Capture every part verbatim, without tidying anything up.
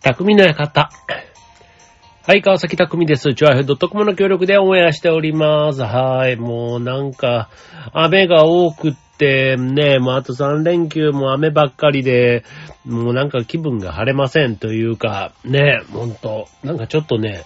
匠の館。はい、川崎匠です。チュアヘッドコムの協力でオンエアしております。はい、もうなんか、雨が多くってね、もうあとさん連休も雨ばっかりで、もうなんか気分が晴れませんというか、ね、ほんと、なんかちょっとね、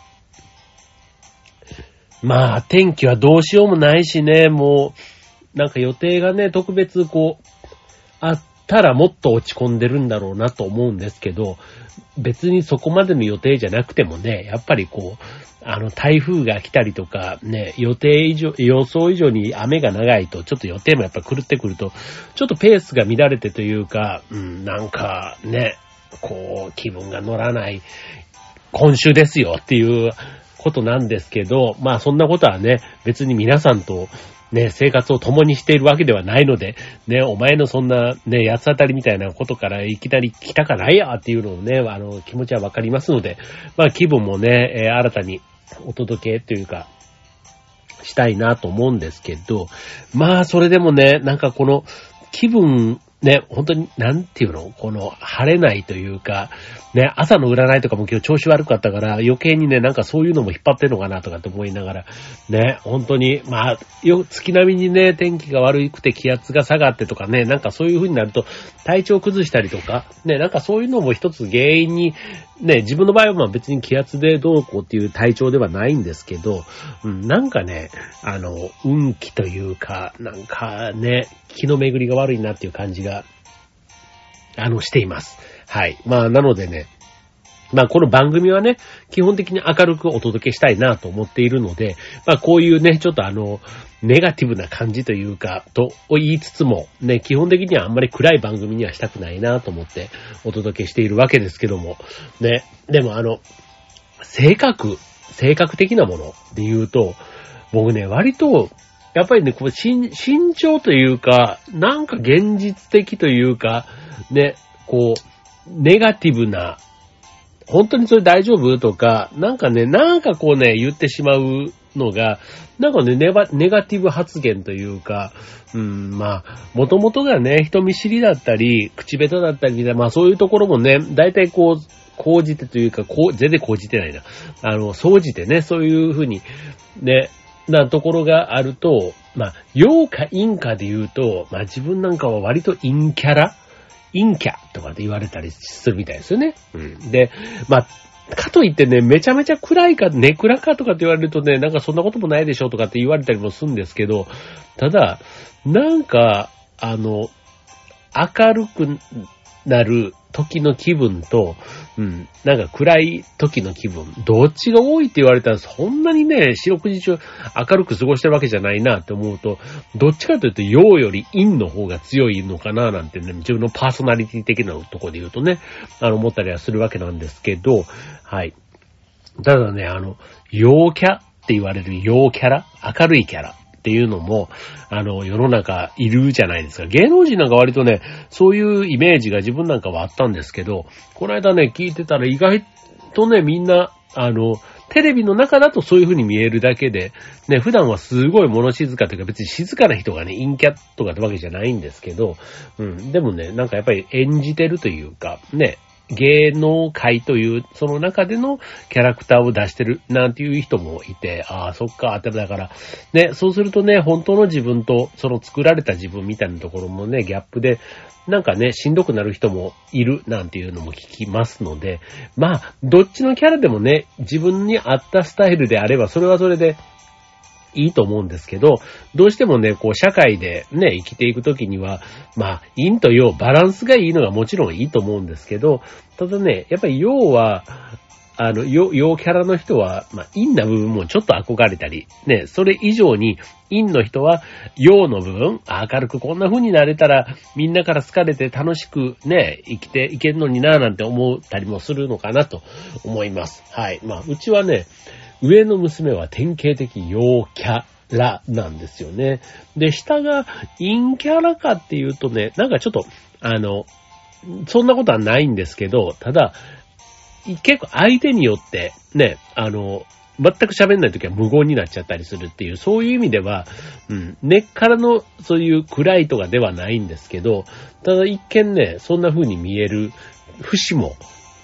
まあ天気はどうしようもないしね、もう、なんか予定がね、特別こう、あったらもっと落ち込んでるんだろうなと思うんですけど、別にそこまでの予定じゃなくてもね、やっぱりこう、あの台風が来たりとかね、予定以上、予想以上に雨が長いと、ちょっと予定もやっぱ狂ってくると、ちょっとペースが乱れてというか、うん、なんかね、こう、気分が乗らない今週ですよっていうことなんですけど、まあそんなことはね、別に皆さんとね、生活を共にしているわけではないので、ね、お前のそんなね、八つ当たりみたいなことからいきなり来たかないやっていうのをね、あの、気持ちはわかりますので、まあ気分もね、えー、新たにお届けというか、したいなと思うんですけど、まあそれでもね、なんかこの気分、ね、本当に、なんていうのこの、晴れないというか、ね、朝の占いとかも今日調子悪かったから、余計にね、なんかそういうのも引っ張ってるのかなとかって思いながら、ね、本当に、まあ、よ、月並みにね、天気が悪くて気圧が下がってとかね、なんかそういう風になると、体調崩したりとか、ね、なんかそういうのも一つ原因に、ね、自分の場合はまあ別に気圧でどうこうっていう体調ではないんですけど、うん、なんかね、あの、運気というか、なんかね、気の巡りが悪いなっていう感じが、あの、しています。はい。まあ、なのでね、まあ、この番組はね、基本的に明るくお届けしたいなと思っているので、まあ、こういうね、ちょっとあの、ネガティブな感じというか、と言いつつも、ね、基本的にはあんまり暗い番組にはしたくないなと思ってお届けしているわけですけども、ね、でもあの、性格、性格的なもので言うと、僕ね、割と、やっぱりね、こう、慎重というか、なんか現実的というか、ね、こう、ネガティブな、本当にそれ大丈夫とか、なんかね、なんかこうね、言ってしまうのが、なんかね、ネバ、ネガティブ発言というか、うん、まあ、もともとがね、人見知りだったり、口下手だったりみたいな、まあそういうところもね、大体こう、講じてというか、こう、全然講じてないな。あの、総じてね、そういうふうに、ね、なところがあると、まあ、陽か陰かで言うと、まあ自分なんかは割と陰キャラ陰キャとかで言われたりするみたいですよね。うん。で、まあ、かといってね、めちゃめちゃ暗いか、ネクラかとかって言われるとね、なんかそんなこともないでしょとかって言われたりもするんですけど、ただ、なんか、あの、明るくなる時の気分と、うん、なんか暗い時の気分、どっちが多いって言われたらそんなにね、四六時中明るく過ごしてるわけじゃないなって思うと、どっちかというと陽より陰の方が強いのかななんてね、自分のパーソナリティ的なところで言うとね、あの思ったりはするわけなんですけど、はい。ただね、あの、陽キャって言われる陽キャラ、明るいキャラ。っていうのも、あの、世の中いるじゃないですか。芸能人なんか割とね、そういうイメージが自分なんかはあったんですけど、この間ね、聞いてたら意外とね、みんな、あの、テレビの中だとそういう風に見えるだけで、ね、普段はすごい物静かというか別に静かな人がね、陰キャとかってわけじゃないんですけど、うん、でもね、なんかやっぱり演じてるというか、ね、芸能界という、その中でのキャラクターを出してるなんていう人もいて、ああ、そっか、ってだから、ね、そうするとね、本当の自分と、その作られた自分みたいなところもね、ギャップで、なんかね、しんどくなる人もいるなんていうのも聞きますので、まあ、どっちのキャラでもね、自分に合ったスタイルであれば、それはそれで、いいと思うんですけど、どうしてもね、こう、社会でね、生きていくときには、まあ、陰と陽、バランスがいいのがもちろんいいと思うんですけど、ただね、やっぱり陽は、あの、陽、陽キャラの人は、まあ、陰な部分もちょっと憧れたり、ね、それ以上に、陰の人は、陽の部分、明るくこんな風になれたら、みんなから好かれて楽しくね、生きていけるのになぁなんて思ったりもするのかなと思います。はい。まあ、うちはね、上の娘は典型的陽キャラなんですよね。で、下が陰キャラかっていうとね、なんかちょっと、あの、そんなことはないんですけど、ただ、結構相手によって、ね、あの、全く喋んないときは無言になっちゃったりするっていう、そういう意味では、うん、根っからのそういう暗いとかではないんですけど、ただ一見ね、そんな風に見える節も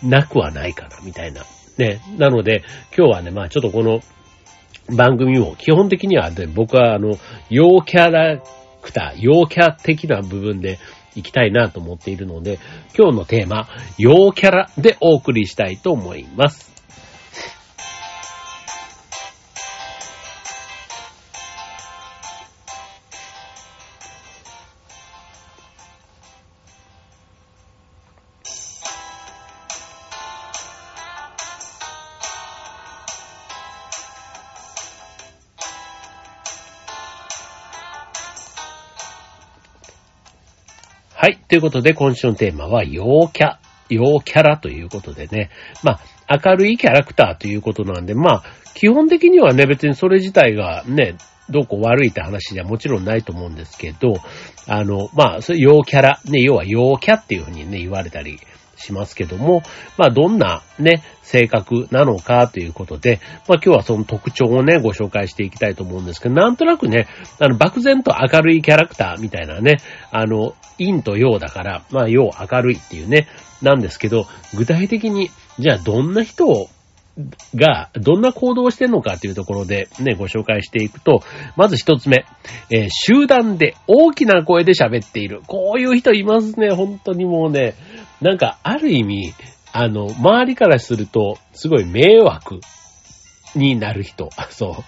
なくはないかな、みたいな。ね。なので、今日はね、まあちょっとこの番組を基本的には、ね、僕はあの、陽キャラクター、陽キャ的な部分で行きたいなと思っているので、今日のテーマ、陽キャラでお送りしたいと思います。はい。ということで、今週のテーマは、陽キャ、陽キャラということでね。まあ、明るいキャラクターということなんで、まあ、基本的にはね、別にそれ自体がね、どうこう悪いって話じゃもちろんないと思うんですけど、あの、まあ、それ陽キャラ、ね、要は陽キャっていうふうにね、言われたりしますけども、まあ、どんなね、性格なのかということで、まあ、今日はその特徴をね、ご紹介していきたいと思うんですけど、なんとなくね、あの、漠然と明るいキャラクターみたいなね、あの、陰と陽だから、まあ、陽明るいっていうね、なんですけど、具体的に、じゃあどんな人を、が、どんな行動をしてんのかというところでね、ご紹介していくと、まず一つ目、えー、集団で大きな声で喋っている。こういう人いますね、本当にもうね。なんか、ある意味、あの、周りからすると、すごい迷惑になる人。そう。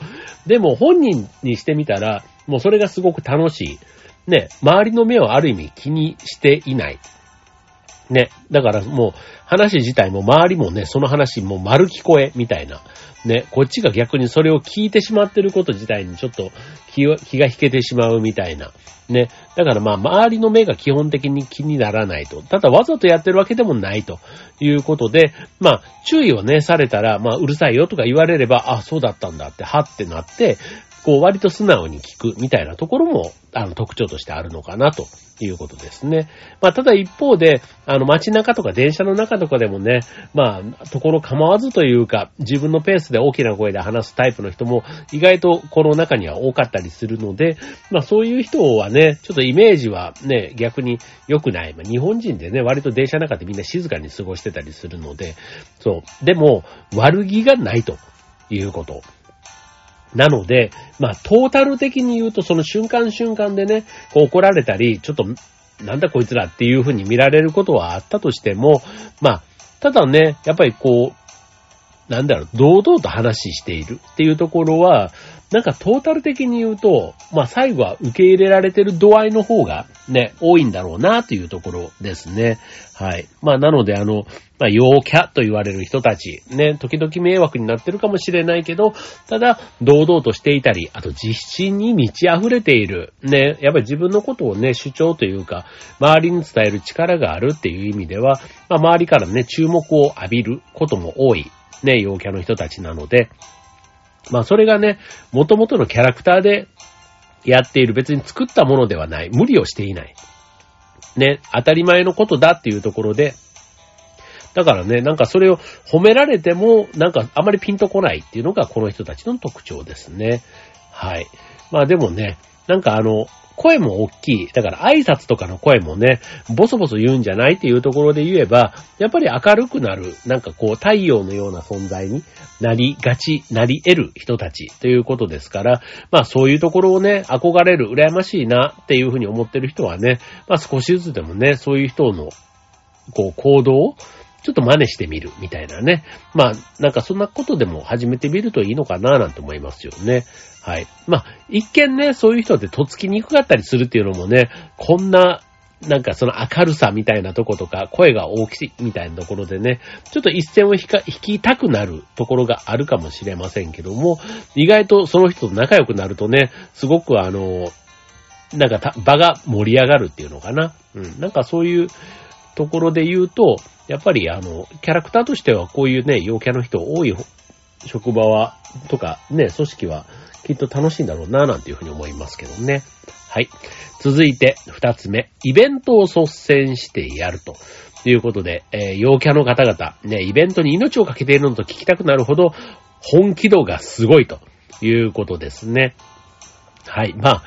でも本人にしてみたら、もうそれがすごく楽しい。ね、周りの目をある意味気にしていない。ね。だからもう話自体も周りもね、その話も丸聞こえみたいな。ね。こっちが逆にそれを聞いてしまってること自体にちょっと気を気が引けてしまうみたいな。ね。だからまあ周りの目が基本的に気にならないと。ただわざとやってるわけでもないということで、まあ注意をね、されたら、まあうるさいよとか言われれば、あ、そうだったんだって、はってなって、こう割と素直に聞くみたいなところも、あの特徴としてあるのかなということですね。まあただ一方で、あの街中とか電車の中とかでもね、まあところ構わずというか、自分のペースで大きな声で話すタイプの人も意外とこの中には多かったりするので、まあそういう人はね、ちょっとイメージはね、逆に良くない。まあ日本人でね、割と電車の中でみんな静かに過ごしてたりするので、そう。でも、悪気がないということ。なので、まあ、トータル的に言うと、その瞬間瞬間でね、こう怒られたり、ちょっと、なんだこいつらっていう風に見られることはあったとしても、まあ、ただね、やっぱりこう、なんだろう、堂々と話しているっていうところは、なんかトータル的に言うと、まあ最後は受け入れられてる度合いの方がね、多いんだろうなというところですね。はい。まあなのであの、まあ陽キャと言われる人たち、ね、時々迷惑になってるかもしれないけど、ただ堂々としていたり、あと自信に満ち溢れている、ね、やっぱり自分のことをね、主張というか、周りに伝える力があるっていう意味では、まあ周りからね、注目を浴びることも多い、ね、陽キャの人たちなので、まあそれがね、元々のキャラクターでやっている、別に作ったものではない、無理をしていない。ね、当たり前のことだっていうところで、だからね、なんかそれを褒められても、なんかあまりピンとこないっていうのがこの人たちの特徴ですね。はい。まあでもね、なんかあの、声も大きい。だから挨拶とかの声もね、ボソボソ言うんじゃないっていうところで言えば、やっぱり明るくなる、なんかこう太陽のような存在になりがち、なり得る人たちということですから、まあそういうところをね、憧れる、羨ましいなっていうふうに思ってる人はね、まあ少しずつでもね、そういう人のこう行動をちょっと真似してみるみたいなね。まあ、なんかそんなことでも始めてみるといいのかななんて思いますよね。はい。まあ、一見ね、そういう人ってとっつきにくかったりするっていうのもね、こんな、なんかその明るさみたいなとことか、声が大きいみたいなところでね、ちょっと一線を引か引きたくなるところがあるかもしれませんけども、意外とその人と仲良くなるとね、すごくあの、なんか場が盛り上がるっていうのかな。うん。なんかそういうところで言うと、やっぱりあの、キャラクターとしてはこういうね、陽キャの人多い職場は、とかね、組織はきっと楽しいんだろうな、なんていうふうに思いますけどね。はい。続いて、二つ目。イベントを率先してやるということで、えー、陽キャの方々、ね、イベントに命をかけているのと聞きたくなるほど、本気度がすごいということですね。はい。まあ、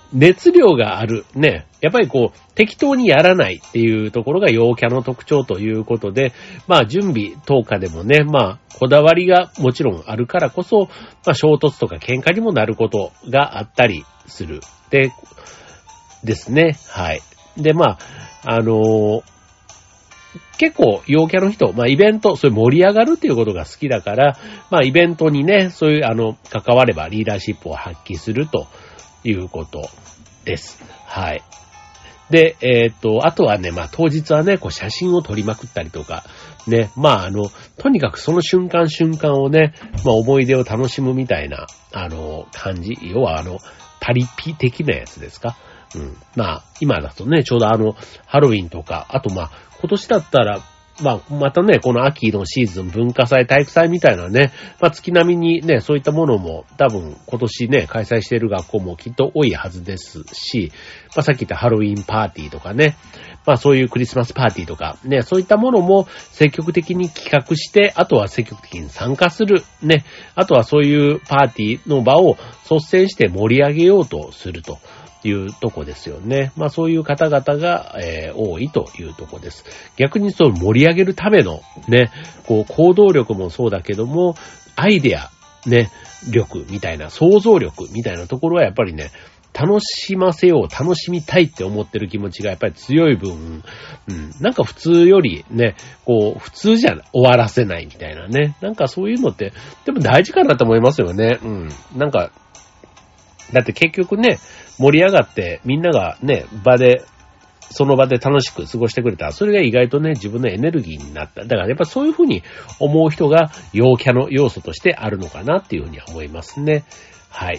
熱量がある。ね。やっぱりこう、適当にやらないっていうところが陽キャの特徴ということで、まあ準備等下でもね、まあこだわりがもちろんあるからこそ、まあ衝突とか喧嘩にもなることがあったりする。で、ですね。はい。で、まあ、あのー、結構陽キャの人、まあイベント、そういう盛り上がるっていうことが好きだから、まあイベントにね、そういうあの、関わればリーダーシップを発揮するということです。はい。で、えっと、あとはね、まあ当日はね、こう写真を撮りまくったりとか、ね、まああの、とにかくその瞬間瞬間をね、まあ思い出を楽しむみたいな、あの、感じ、要はあの、パリピ的なやつですか。うん。まあ、今だとね、ちょうどあの、ハロウィンとか、あとまあ、今年だったら、まあ、またね、この秋のシーズン、文化祭、体育祭みたいなね、まあ、月並みにね、そういったものも、多分、今年ね、開催している学校もきっと多いはずですし、まあ、さっき言ったハロウィンパーティーとかね、まあ、そういうクリスマスパーティーとか、ね、そういったものも積極的に企画して、あとは積極的に参加する、ね、あとはそういうパーティーの場を率先して盛り上げようとすると。いうとこですよね。まあそういう方々が、えー、多いというとこです。逆にその盛り上げるためのね、こう行動力もそうだけども、アイデア、ね、力みたいな、想像力みたいなところはやっぱりね、楽しませよう、楽しみたいって思ってる気持ちがやっぱり強い分、うん、なんか普通よりね、こう、普通じゃ終わらせないみたいなね。なんかそういうのって、でも大事かなと思いますよね。うん。なんか、だって結局ね、盛り上がってみんながね、場で、その場で楽しく過ごしてくれた。それが意外とね、自分のエネルギーになった。だからやっぱそういうふうに思う人が陽キャの要素としてあるのかなっていうふうには思いますね。はい。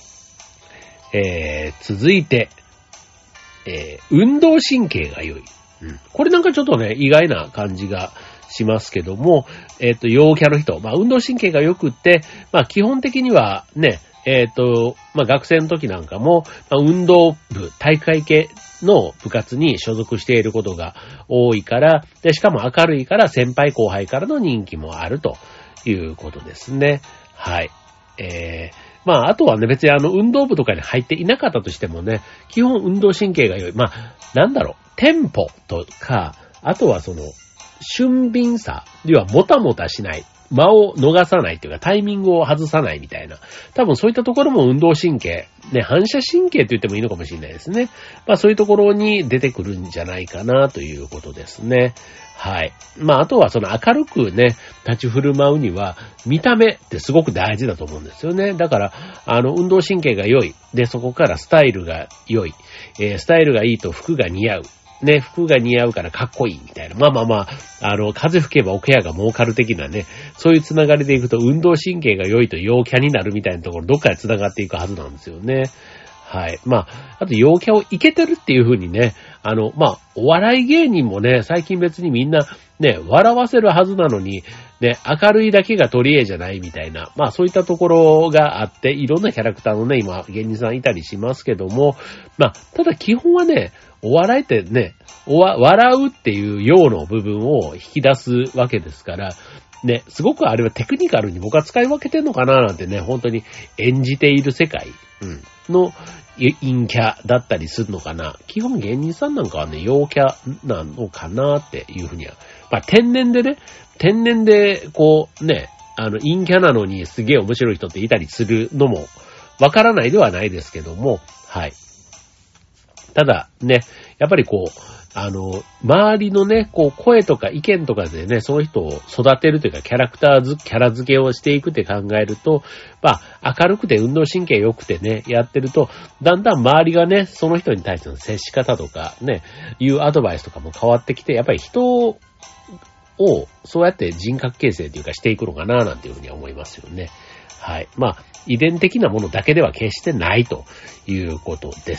えー、続いて、えー、運動神経が良い。うん。これなんかちょっとね、意外な感じがしますけども、えっと、陽キャの人、まあ運動神経が良くって、まあ基本的にはね、えっと、まあ、学生の時なんかも、まあ、運動部、体育会系の部活に所属していることが多いから、で、しかも明るいから先輩後輩からの人気もあるということですね。はい。えー、まあ、あとはね、別にあの、運動部とかに入っていなかったとしてもね、基本運動神経が良い。まあ、なんだろう、テンポとか、あとはその、俊敏さ、要はもたもたしない。間を逃さないというかタイミングを外さないみたいな。多分そういったところも運動神経、ね、反射神経と言ってもいいのかもしれないですね。まあそういうところに出てくるんじゃないかなということですね。はい。まああとはその明るくね、立ち振る舞うには見た目ってすごく大事だと思うんですよね。だから、あの運動神経が良い。で、そこからスタイルが良い。えー、スタイルがいいと服が似合う。ね、服が似合うからかっこいいみたいな。まあまあまあ、あの、風吹けば桶屋が儲かる的なね、そういうつながりでいくと運動神経が良いと陽キャになるみたいなところ、どっかでつながっていくはずなんですよね。はい。まあ、あと陽キャをイケてるっていう風にね、あの、まあ、お笑い芸人もね、最近別にみんなね、笑わせるはずなのに、ね、明るいだけが取り柄じゃないみたいな、まあそういったところがあって、いろんなキャラクターのね、今、芸人さんいたりしますけども、まあ、ただ基本はね、お笑いってね、おわ、笑うっていう要の部分を引き出すわけですから、ね、すごくあれはテクニカルに僕は使い分けてんのかななんてね、本当に演じている世界、うん、の陰キャだったりするのかな。基本芸人さんなんかはね、陽キャなのかなっていうふうには。まあ天然でね、天然でこうね、あの陰キャなのにすげえ面白い人っていたりするのもわからないではないですけども、はい。ただね、やっぱりこう、あの、周りのね、こう、声とか意見とかでね、その人を育てるというか、キャラクターづ、キャラ付けをしていくって考えると、まあ、明るくて運動神経良くてね、やってると、だんだん周りがね、その人に対しての接し方とかね、いうアドバイスとかも変わってきて、やっぱり人を、そうやって人格形成というかしていくのかな、なんていうふうには思いますよね。はい。まあ、遺伝的なものだけでは決してないということです。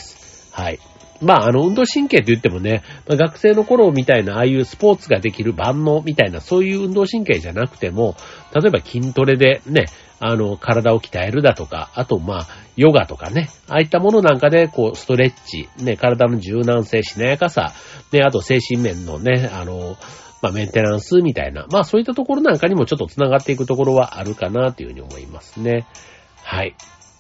はい。まあ、あの、運動神経と言ってもね、まあ、学生の頃みたいな、ああいうスポーツができる万能みたいな、そういう運動神経じゃなくても、例えば筋トレでね、あの、体を鍛えるだとか、あと、まあ、ヨガとかね、ああいったものなんかで、こう、ストレッチ、ね、体の柔軟性、しなやかさ、ね、あと精神面のね、あの、まあ、メンテナンスみたいな、まあ、そういったところなんかにもちょっと繋がっていくところはあるかなというふうに思いますね。はい。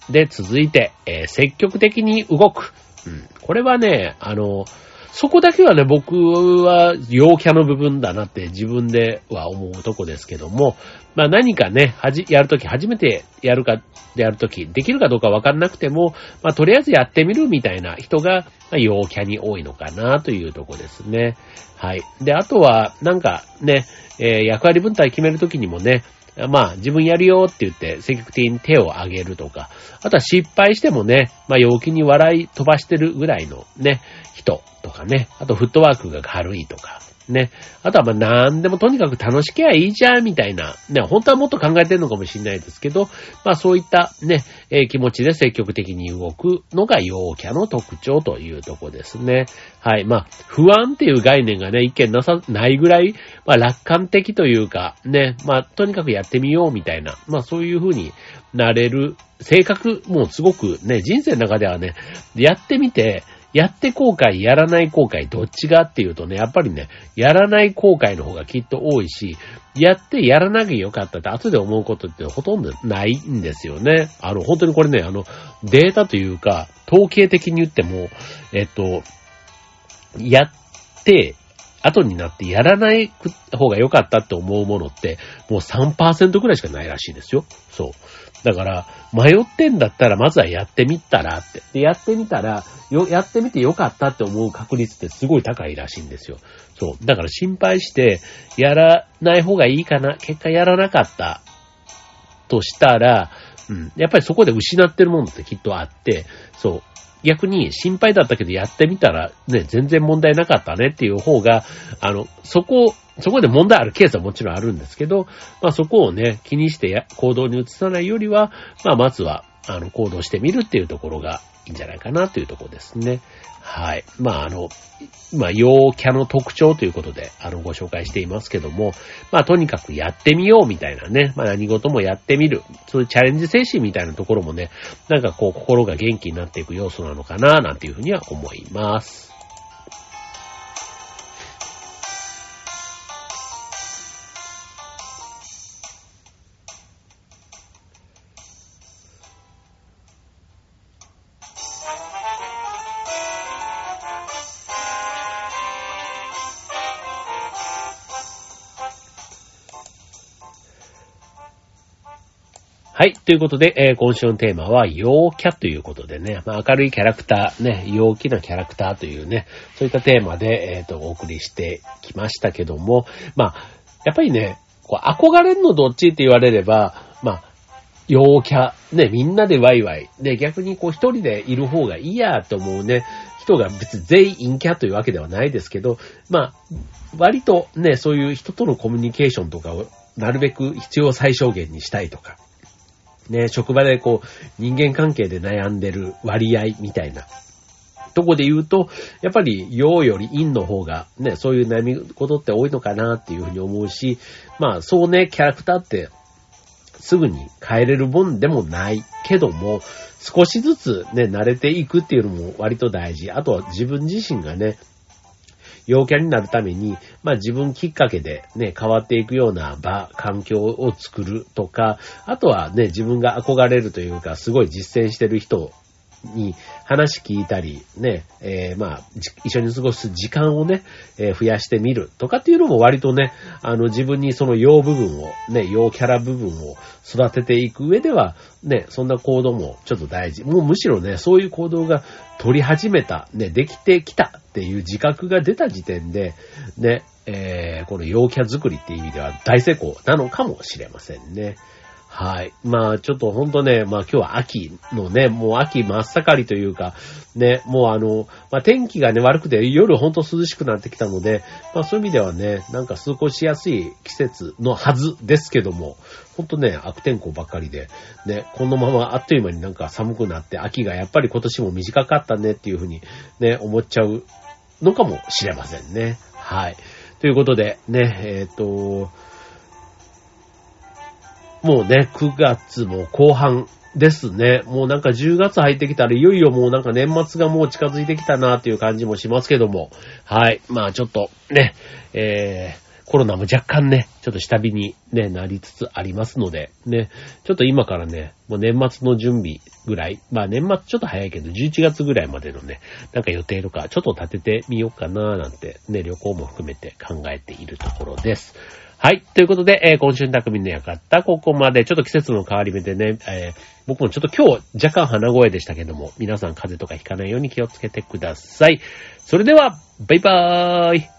で、続いて、えー、積極的に動く。うん。これはね、あの、そこだけはね、僕は陽キャの部分だなって自分では思うとこですけども、まあ何かね、はじ、やるとき、初めてやるか、やるとき、できるかどうかわかんなくても、まあとりあえずやってみるみたいな人が、まあ、陽キャに多いのかなというとこですね。はい。で、あとは、なんかね、えー、役割分担決めるときにもね、まあ自分やるよって言って積極的に手を挙げるとか、あとは失敗してもね、まあ陽気に笑い飛ばしてるぐらいのね、人とかね、あとフットワークが軽いとか、ね、あとはまあ何でもとにかく楽しけりゃいいじゃんみたいな、ね、本当はもっと考えてるのかもしれないですけど、まあそういったね、えー、気持ちで積極的に動くのが陽キャの特徴というとこですね。はい。まあ不安っていう概念がね、一見なさ、ないぐらい、まあ楽観的というか、ね、まあとにかくやってみようみたいな、まあそういう風になれる性格もすごくね、人生の中ではね、やってみて、やって後悔、やらない後悔、どっちがっていうとね、やっぱりね、やらない後悔の方がきっと多いし、やってやらなきゃよかったって後で思うことってほとんどないんですよね。あの、本当にこれね、あの、データというか、統計的に言っても、えっと、やって、後になってやらない方が良かったって思うものって、もう さんパーセント くらいしかないらしいですよ。そう。だから、迷ってんだったら、まずはやってみたらって。で、やってみたら、よ、やってみて良かったって思う確率ってすごい高いらしいんですよ。そう。だから心配して、やらない方がいいかな、結果やらなかったとしたら、うん。やっぱりそこで失ってるものってきっとあって、そう。逆に心配だったけどやってみたらね、全然問題なかったねっていう方が、あの、そこ、そこで問題あるケースはもちろんあるんですけど、まあそこをね、気にしてや行動に移さないよりは、まあまずは、あの、行動してみるっていうところがいいんじゃないかなというところですね。はい。まああの、まあ陽キャの特徴ということで、あの、ご紹介していますけども、まあとにかくやってみようみたいなね、まあ何事もやってみる、そういうチャレンジ精神みたいなところもね、なんかこう心が元気になっていく要素なのかな、なんていうふうには思います。はい。ということで、えー、今週のテーマは、陽キャということでね、まあ、明るいキャラクター、ね、陽気なキャラクターというね、そういったテーマで、えっと、お送りしてきましたけども、まあ、やっぱりね、こう憧れるのどっちって言われれば、まあ、陽キャ、ね、みんなでワイワイ、で、逆にこう一人でいる方がいいやと思うね、人が別に全員陰キャというわけではないですけど、まあ、割とね、そういう人とのコミュニケーションとかをなるべく必要最小限にしたいとか、ね、職場でこう、人間関係で悩んでる割合みたいなとこで言うと、やっぱり陽より陰の方がね、そういう悩み事って多いのかなっていうふうに思うし、まあそうね、キャラクターってすぐに変えれるもんでもないけども、少しずつね、慣れていくっていうのも割と大事。あとは自分自身がね、陽キャになるために、まあ自分きっかけでね、変わっていくような場、環境を作るとか、あとはね、自分が憧れるというか、すごい実践してる人に話聞いたり、ね、えー、まあ、一緒に過ごす時間をね、えー、増やしてみるとかっていうのも割とね、あの自分にその陽部分を、ね、陽キャラ部分を育てていく上では、ね、そんな行動もちょっと大事。もうむしろね、そういう行動が取り始めた、ね、できてきたっていう自覚が出た時点で、ね、えー、この陽キャ作りっていう意味では大成功なのかもしれませんね。はい。まあちょっとほんとね、まあ今日は秋のね、もう秋真っ盛りというか、ね、もうあの、まあ天気がね悪くて夜ほんと涼しくなってきたので、まあそういう意味ではね、なんか過ごしやすい季節のはずですけども、ほんとね、悪天候ばっかりで、ね、このままあっという間になんか寒くなって、秋がやっぱり今年も短かったねっていうふうにね、思っちゃうのかもしれませんね。はい。ということで、ね、えっと、もうね、くがつも後半ですね。もうなんかじゅうがつ入ってきたらいよいよもうなんか年末がもう近づいてきたなっていう感じもしますけども。はい。まあちょっとね、えー、 コロナも若干ね、ちょっと下火に、ね、なりつつありますので、ね、ちょっと今からね、もう年末の準備ぐらい、まあ年末ちょっと早いけど、じゅういちがつぐらいまでのね、なんか予定とか、ちょっと立ててみようかななんて、ね、旅行も含めて考えているところです。はい。ということで、えー、今週の匠の館、ここまで、ちょっと季節の変わり目でね、えー、僕もちょっと今日若干鼻声でしたけども、皆さん風邪とかひかないように気をつけてください。それでは、バイバーイ。